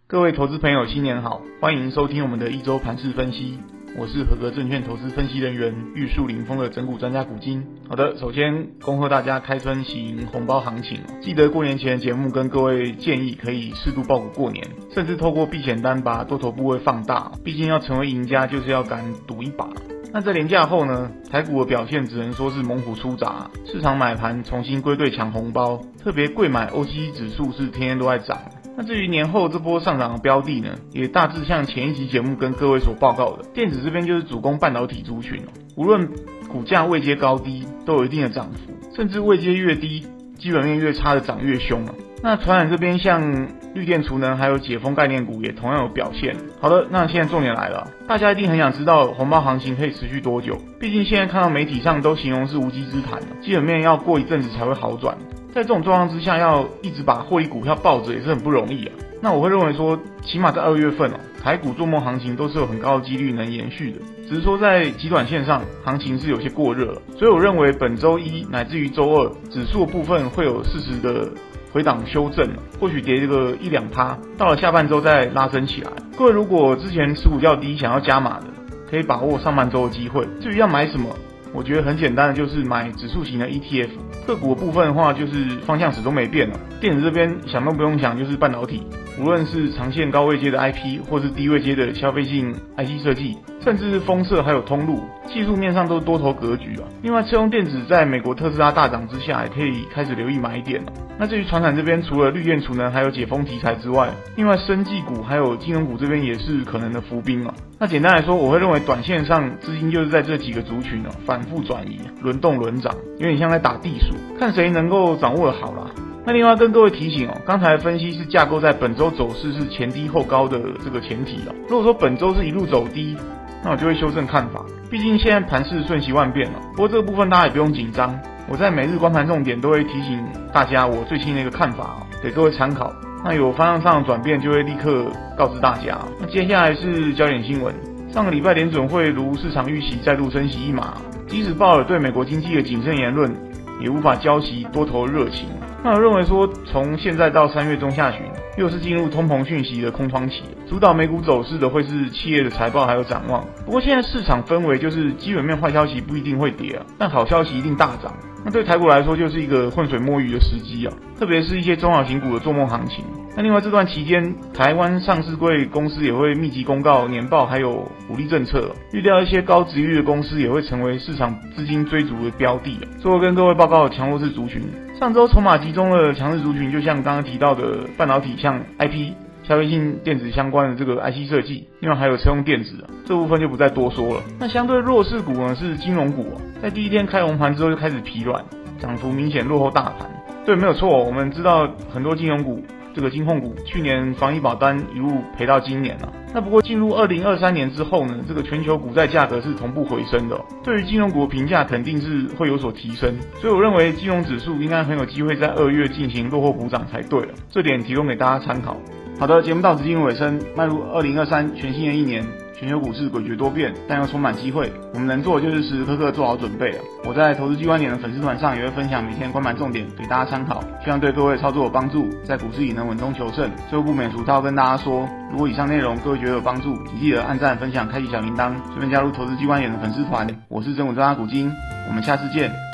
各位投资朋友新年好，欢迎收听我们的一周盘势分析，我是合格证券投资分析人员玉树临风的整股专家古今。好的，首先恭贺大家开春喜迎红包行情，记得过年前的节目跟各位建议可以适度抱股过年，甚至透过避险单把多头部位放大，毕竟要成为赢家就是要敢赌一把。那在连假后呢，台股的表现只能说是猛虎出闸，市场买盘重新归队抢红包，特别贵买 OTC 指数是天天都在涨。那至于年后这波上涨的标的呢，也大致像前一集节目跟各位所报告的，电子这边就是主攻半导体族群，无论股价位阶高低都有一定的涨幅，甚至位阶越低，基本面越差的涨越凶。那传染这边像绿电储能还有解封概念股也同样有表现。好的，那现在重点来了，大家一定很想知道红包行情可以持续多久，毕竟现在看到媒体上都形容是无稽之谈，基本面要过一阵子才会好转。在这种状况之下，要一直把获利股票抱着也是很不容易啊。那我会认为说，起码在2月份台股做梦行情都是有很高的几率能延续的，只是说在极短线上行情是有些过热了，所以我认为本周一乃至于周二指数的部分会有适时的回档修正，或许跌这个1-2%，到了下半周再拉升起来。各位如果之前持股较低想要加码的，可以把握上半周的机会。至于要买什么，我觉得很简单的，就是买指数型的 ETF。个股的部分的话，就是方向始终没变了。电子这边想都不用想，就是半导体，无论是长线高位阶的 IP， 或是低位阶的消费性 IC 设计，甚至是封测还有通路，技术面上都多头格局啊。另外，车用电子在美国特斯拉大涨之下，也可以开始留意买点了。那至于传产这边，除了绿电储能还有解封题材之外，另外生技股还有金融股这边也是可能的伏兵啊。那简单来说，我会认为短线上资金就是在这几个族群反复转移，轮动轮涨，有点像在打地鼠，看谁能够掌握得好啦。那另外跟各位提醒刚才的分析是架构在本周走势是前低后高的这个前提如果说本周是一路走低，那我就会修正看法，毕竟现在盘势瞬息万变不过这个部分大家也不用紧张，我在每日观盘重点都会提醒大家我最新的一个看法给各位参考。那有方向上的转变就会立刻告知大家。那接下来是焦点新闻，上个礼拜联准会如市场预期再度升息1码，即使鲍尔对美国经济的谨慎言论也无法浇熄多头热情。那我认为说，从现在到3月中下旬，又是进入通膨讯息的空窗期，主导美股走势的会是企业的财报还有展望。不过现在市场氛围就是基本面坏消息不一定会跌但好消息一定大涨。那对台股来说就是一个浑水摸鱼的时机特别是一些中小型股的做梦行情。那另外这段期间，台湾上市柜公司也会密集公告年报还有鼓励政策，预料一些高殖利率的公司也会成为市场资金追逐的标的最后跟各位报告强弱势族群，上周筹码集中的强势族群就像刚刚提到的半导体，像 IP消费性电子相关的这个 IC 设计，另外还有车用电子这部分就不再多说了。那相对弱势股呢是金融股在第一天开红盘之后就开始疲软，涨幅明显落后大盘。对，没有错，我们知道很多金融股这个金控股去年防疫保单一路赔到今年那不过进入2023年之后呢，这个全球股债价格是同步回升的对于金融股的评价肯定是会有所提升，所以我认为金融指数应该很有机会在2月进行落后补涨才对了，这点提供给大家参考。好的，节目到此进入尾声，迈入2023全新的一年，全球股市诡谲多变，但又充满机会。我们能做的就是时时刻刻做好准备我在投资 G 观点的粉丝团上也会分享每天观盘重点给大家参考，希望对各位操作有帮助，在股市里能稳中求胜。最后不免俗套跟大家说，如果以上内容各位觉得有帮助，请记得按赞、分享、开启小铃铛，顺便加入投资 G 观点的粉丝团。我是真武专家古今，我们下次见。